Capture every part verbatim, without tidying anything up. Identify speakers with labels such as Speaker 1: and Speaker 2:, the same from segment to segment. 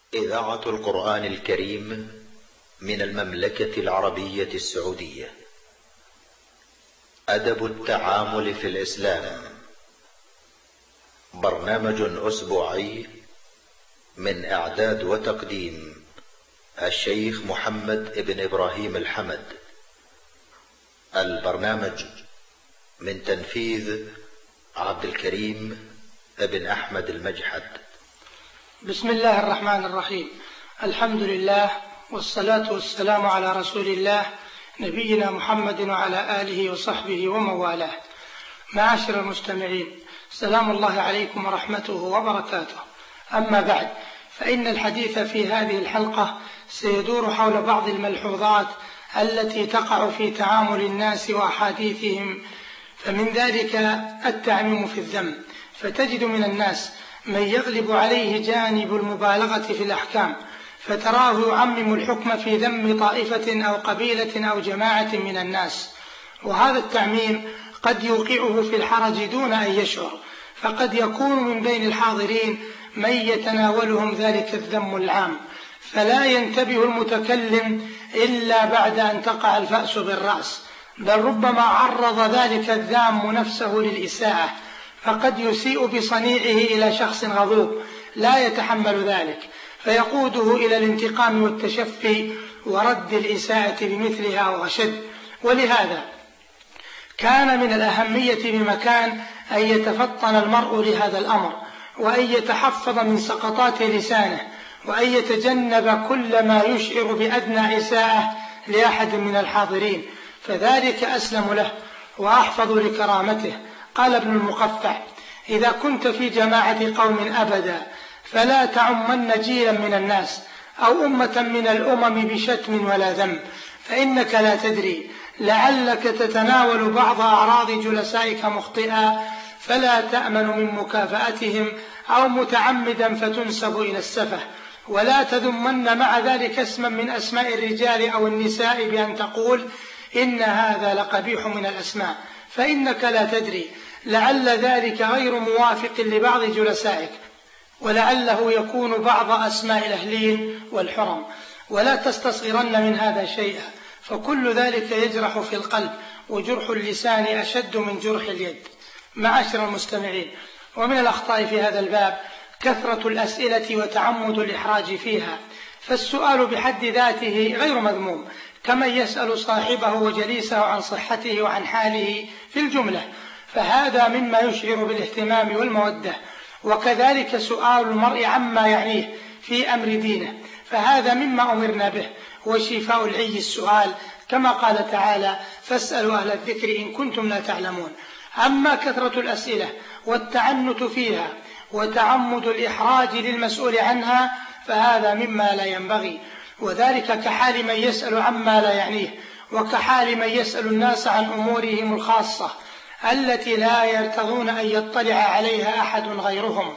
Speaker 1: إذاعة القرآن الكريم من المملكة العربية السعودية. أدب التعامل في الإسلام، برنامج أسبوعي من إعداد وتقديم الشيخ محمد ابن إبراهيم الحمد. البرنامج من تنفيذ عبد الكريم ابن أحمد المجحد.
Speaker 2: بسم الله الرحمن الرحيم. الحمد لله والصلاة والسلام على رسول الله نبينا محمد وعلى آله وصحبه ومن والاه. معاشر المستمعين، سلام الله عليكم ورحمته وبركاته. أما بعد، فإن الحديث في هذه الحلقة سيدور حول بعض الملحوظات التي تقع في تعامل الناس وأحاديثهم، فمن ذلك التعميم في الذم، فتجد من الناس من يغلب عليه جانب المبالغة في الأحكام، فتراه يعمم الحكم في ذم طائفة أو قبيلة أو جماعة من الناس، وهذا التعميم قد يوقعه في الحرج دون أن يشعر، فقد يكون من بين الحاضرين من يتناولهم ذلك الذم العام، فلا ينتبه المتكلم إلا بعد أن تقع الفأس بالرأس، بل ربما عرض ذلك الذام نفسه للإساءة، فقد يسيء بصنيعه إلى شخص غضوب لا يتحمل ذلك، فيقوده إلى الانتقام والتشفي ورد الإساءة بمثلها وأشد. ولهذا كان من الأهمية بمكان أن يتفطن المرء لهذا الأمر، وأن يتحفظ من سقطات لسانه، وأن يتجنب كل ما يشعر بأدنى إساءة لأحد من الحاضرين، فذلك أسلم له وأحفظ لكرامته. قال ابن المقفع: إذا كنت في جماعة قوم أبدا فلا تعمن جيلا من الناس أو أمة من الأمم بشتم ولا ذنب، فإنك لا تدري، لعلك تتناول بعض أعراض جلسائك مخطئا فلا تأمن من مكافأتهم، أو متعمدا فتنسب إلى السفه، ولا تذمن مع ذلك اسما من أسماء الرجال أو النساء بأن تقول إن هذا لقبيح من الأسماء، فإنك لا تدري، لعل ذلك غير موافق لبعض جلسائك، ولعله يكون بعض أسماء الأهلين والحرم، ولا تستصغرن من هذا شيئا، فكل ذلك يجرح في القلب، وجرح اللسان أشد من جرح اليد. معاشر المستمعين، ومن الأخطاء في هذا الباب كثرة الأسئلة وتعمد الإحراج فيها، فالسؤال بحد ذاته غير مذموم، كمن يسأل صاحبه وجليسه عن صحته وعن حاله في الجملة، فهذا مما يشعر بالاهتمام والمودة، وكذلك سؤال المرء عما يعنيه في أمر دينه، فهذا مما أمرنا به، وشفاء العي السؤال، كما قال تعالى: فاسألوا أهل الذكر إن كنتم لا تعلمون. أما كثرة الأسئلة والتعنت فيها وتعمد الإحراج للمسؤول عنها فهذا مما لا ينبغي، وذلك كحال من يسأل عما لا يعنيه، وكحال من يسأل الناس عن أمورهم الخاصة التي لا يرتضون أن يطلع عليها أحد غيرهم.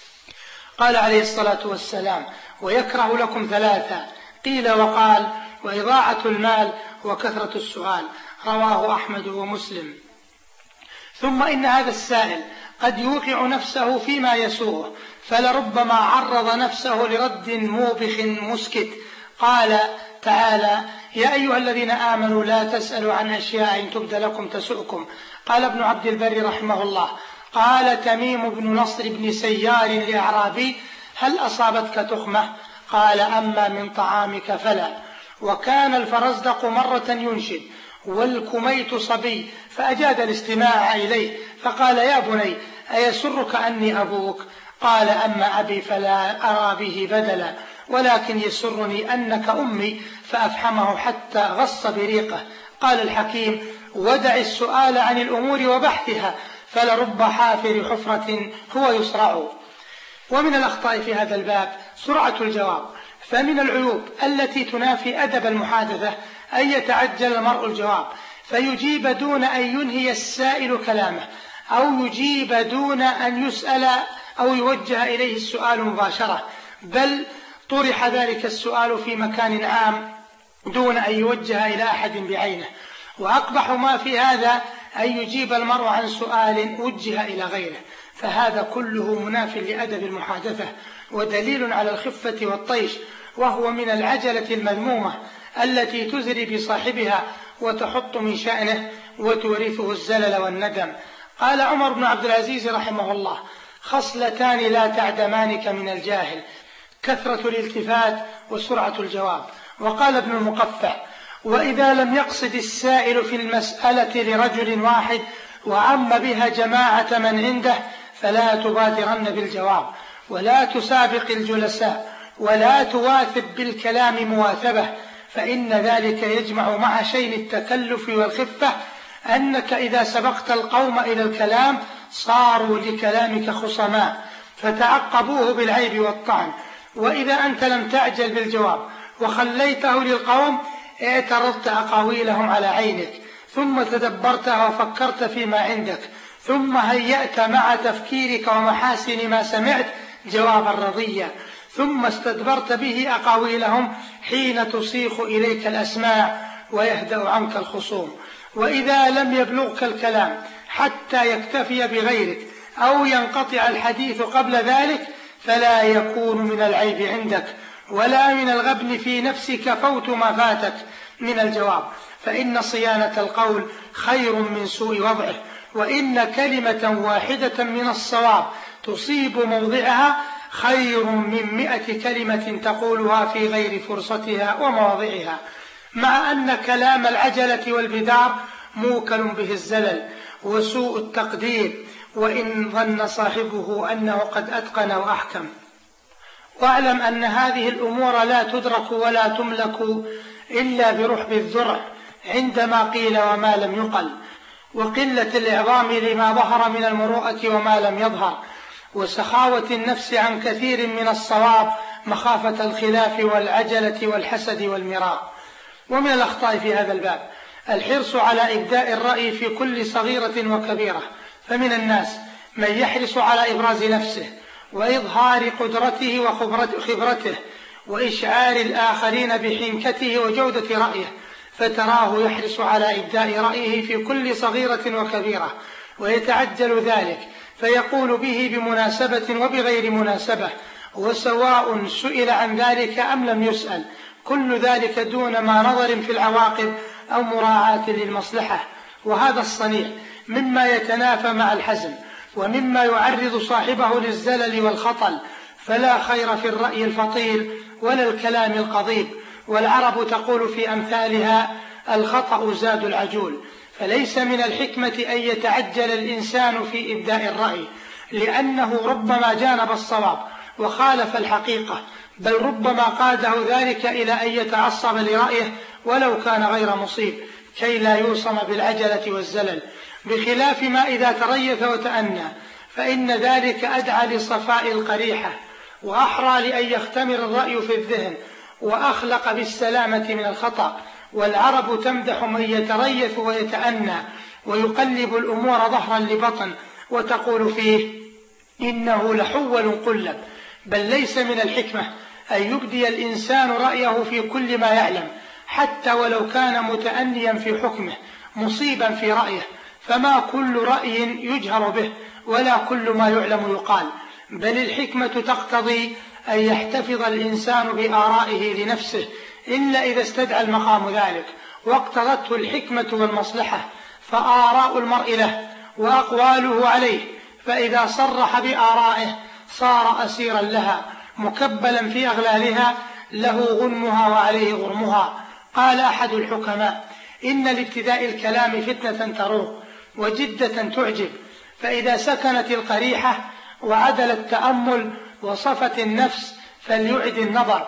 Speaker 2: قال عليه الصلاة والسلام: ويكره لكم ثلاثة، قيل وقال، وإضاعة المال وكثرة السؤال. رواه أحمد ومسلم. ثم إن هذا السائل قد يوقع نفسه فيما يسوءه، فلربما عرض نفسه لرد موبخ مسكت. قال تعالى: يا أيها الذين آمنوا لا تسألوا عن أشياء إن تبد لكم تسؤكم. قال ابن عبد البر رحمه الله: قال تميم بن نصر بن سيار الأعرابي: هل أصابتك تخمة؟ قال: أما من طعامك فلا. وكان الفرزدق مرة ينشد والكميت صبي، فأجاد الاستماع إليه، فقال: يا بني، أيسرك أني أبوك؟ قال: أما أبي فلا أرى به بدلا، ولكن يسرني أنك أمي، فأفحمه حتى غص بريقه. قال الحكيم: ودع السؤال عن الأمور وبحثها، فلرب حافر حفرة هو يسرع. ومن الأخطاء في هذا الباب سرعة الجواب، فمن العيوب التي تنافي أدب المحادثة أن يتعجل المرء الجواب فيجيب دون أن ينهي السائل كلامه، أو يجيب دون أن يسأل أو يوجه إليه السؤال مباشرة، بل طرح ذلك السؤال في مكان عام دون أن يوجه إلى أحد بعينه. وأقبح ما في هذا أن يجيب المرء عن سؤال وجه إلى غيره، فهذا كله مناف لأدب المحادثة، ودليل على الخفة والطيش، وهو من العجلة المذمومة التي تزري بصاحبها وتحط من شأنه وتورثه الزلل والندم. قال عمر بن عبد العزيز رحمه الله: خصلتان لا تعدمانك من الجاهل: كثرة الالتفات وسرعة الجواب. وقال ابن المقفع: وإذا لم يقصد السائل في المسألة لرجل واحد وعم بها جماعة من عنده فلا تبادرن بالجواب، ولا تسابق الجلساء، ولا تواثب بالكلام مواثبة، فإن ذلك يجمع مع شين التكلف والخفة أنك إذا سبقت القوم إلى الكلام صاروا لكلامك خصماء فتعقبوه بالعيب والطعن، وإذا أنت لم تعجل بالجواب وخليته للقوم اعترضت أقاويلهم على عينك، ثم تدبرتها وفكرت فيما عندك، ثم هيأت مع تفكيرك ومحاسن ما سمعت جوابا رضيا، ثم استدبرت به أقاويلهم حين تصيخ إليك الأسماع ويهدأ عنك الخصوم. وإذا لم يبلغك الكلام حتى يكتفي بغيرك أو ينقطع الحديث قبل ذلك فلا يكون من العيب عندك ولا من الغبن في نفسك فوت ما فاتك من الجواب، فإن صيانة القول خير من سوء وضعه، وإن كلمة واحدة من الصواب تصيب موضعها خير من مئة كلمة تقولها في غير فرصتها ومواضعها، مع أن كلام العجلة والبدار موكل به الزلل وسوء التقدير، وإن ظن صاحبه أنه قد أتقن وأحكم. واعلم أن هذه الأمور لا تدرك ولا تملك إلا برحب الذرع عندما قيل وما لم يقل، وقلة الإعظام لما ظهر من المروءة وما لم يظهر، وسخاوة النفس عن كثير من الصواب مخافة الخلاف والعجلة والحسد والمراء. ومن الأخطاء في هذا الباب الحرص على إبداء الرأي في كل صغيرة وكبيرة، فمن الناس من يحرص على إبراز نفسه وإظهار قدرته وخبرته وإشعار الآخرين بحنكته وجودة رأيه، فتراه يحرص على إبداء رأيه في كل صغيرة وكبيرة ويتعجل ذلك، فيقول به بمناسبة وبغير مناسبة، وسواء سئل عن ذلك أم لم يسأل، كل ذلك دون ما نظر في العواقب أو مراعاة للمصلحة. وهذا الصنيع مما يتنافى مع الحزم ومما يعرض صاحبه للزلل والخطل، فلا خير في الرأي الفطيل ولا الكلام القضيب، والعرب تقول في أمثالها: الخطأ زاد العجول. فليس من الحكمة أن يتعجل الإنسان في إبداء الرأي، لأنه ربما جانب الصواب وخالف الحقيقة، بل ربما قاده ذلك إلى أن يتعصب لرأيه ولو كان غير مصيب كي لا يوصم بالعجلة والزلل، بخلاف ما إذا تريث وتأنى، فإن ذلك أدعى لصفاء القريحة وأحرى لأن يختمر الرأي في الذهن وأخلق بالسلامة من الخطأ. والعرب تمدح من يتريث ويتأنى ويقلب الأمور ظهرا لبطن، وتقول فيه: إنه لحول قلب. بل ليس من الحكمة أن يبدي الإنسان رأيه في كل ما يعلم، حتى ولو كان متأنيا في حكمه مصيبا في رأيه، فما كل رأي يجهر به ولا كل ما يعلم يقال، بل الحكمة تقتضي أن يحتفظ الإنسان بآرائه لنفسه إلا إذا استدعى المقام ذلك واقتضته الحكمة والمصلحة، فآراء المرء له وأقواله عليه، فإذا صرح بآرائه صار أسيرا لها مكبلا في أغلالها، له غنمها وعليه غرمها. قال أحد الحكماء: إن لابتداء الكلام فتنة تروق وجدة تعجب، فإذا سكنت القريحة وعدل التأمل وصفت النفس فليعد النظر،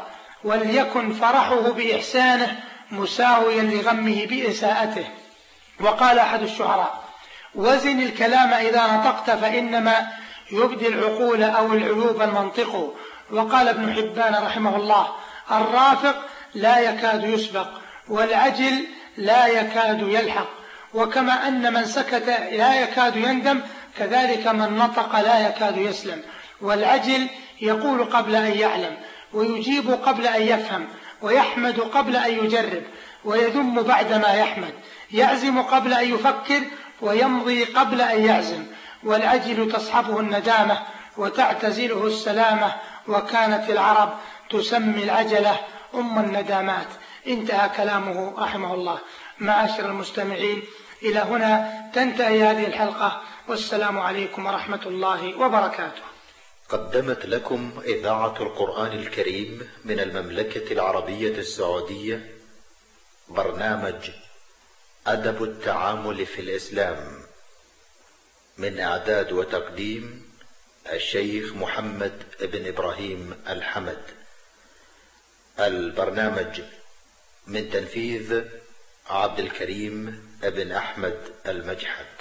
Speaker 2: وليكن فرحه بإحسانه مساويا لغمه بإساءته. وقال أحد الشعراء: وزن الكلام إذا نطقت فإنما يبدي العقول أو العيوب المنطق. وقال ابن حبان رحمه الله: الرافق لا يكاد يسبق، والعجل لا يكاد يلحق. وكما أن من سكت لا يكاد يندم، كذلك من نطق لا يكاد يسلم. والعجل يقول قبل أن يعلم، ويجيب قبل أن يفهم، ويحمد قبل أن يجرب، ويذم بعدما يحمد، يعزم قبل أن يفكر، ويمضي قبل أن يعزم. والعجل تصحبه الندامة وتعتزله السلامة وكانت العرب تسمي العجلة أم الندامات. انتهى كلامه رحمه الله. معاشر المستمعين، إلى هنا تنتهي هذه الحلقة، والسلام عليكم ورحمة الله وبركاته.
Speaker 1: قدمت لكم إذاعة القرآن الكريم من المملكة العربية السعودية برنامج أدب التعامل في الإسلام، من إعداد وتقديم الشيخ محمد بن إبراهيم الحمد. البرنامج من تنفيذ عبد الكريم بن أحمد المجحد.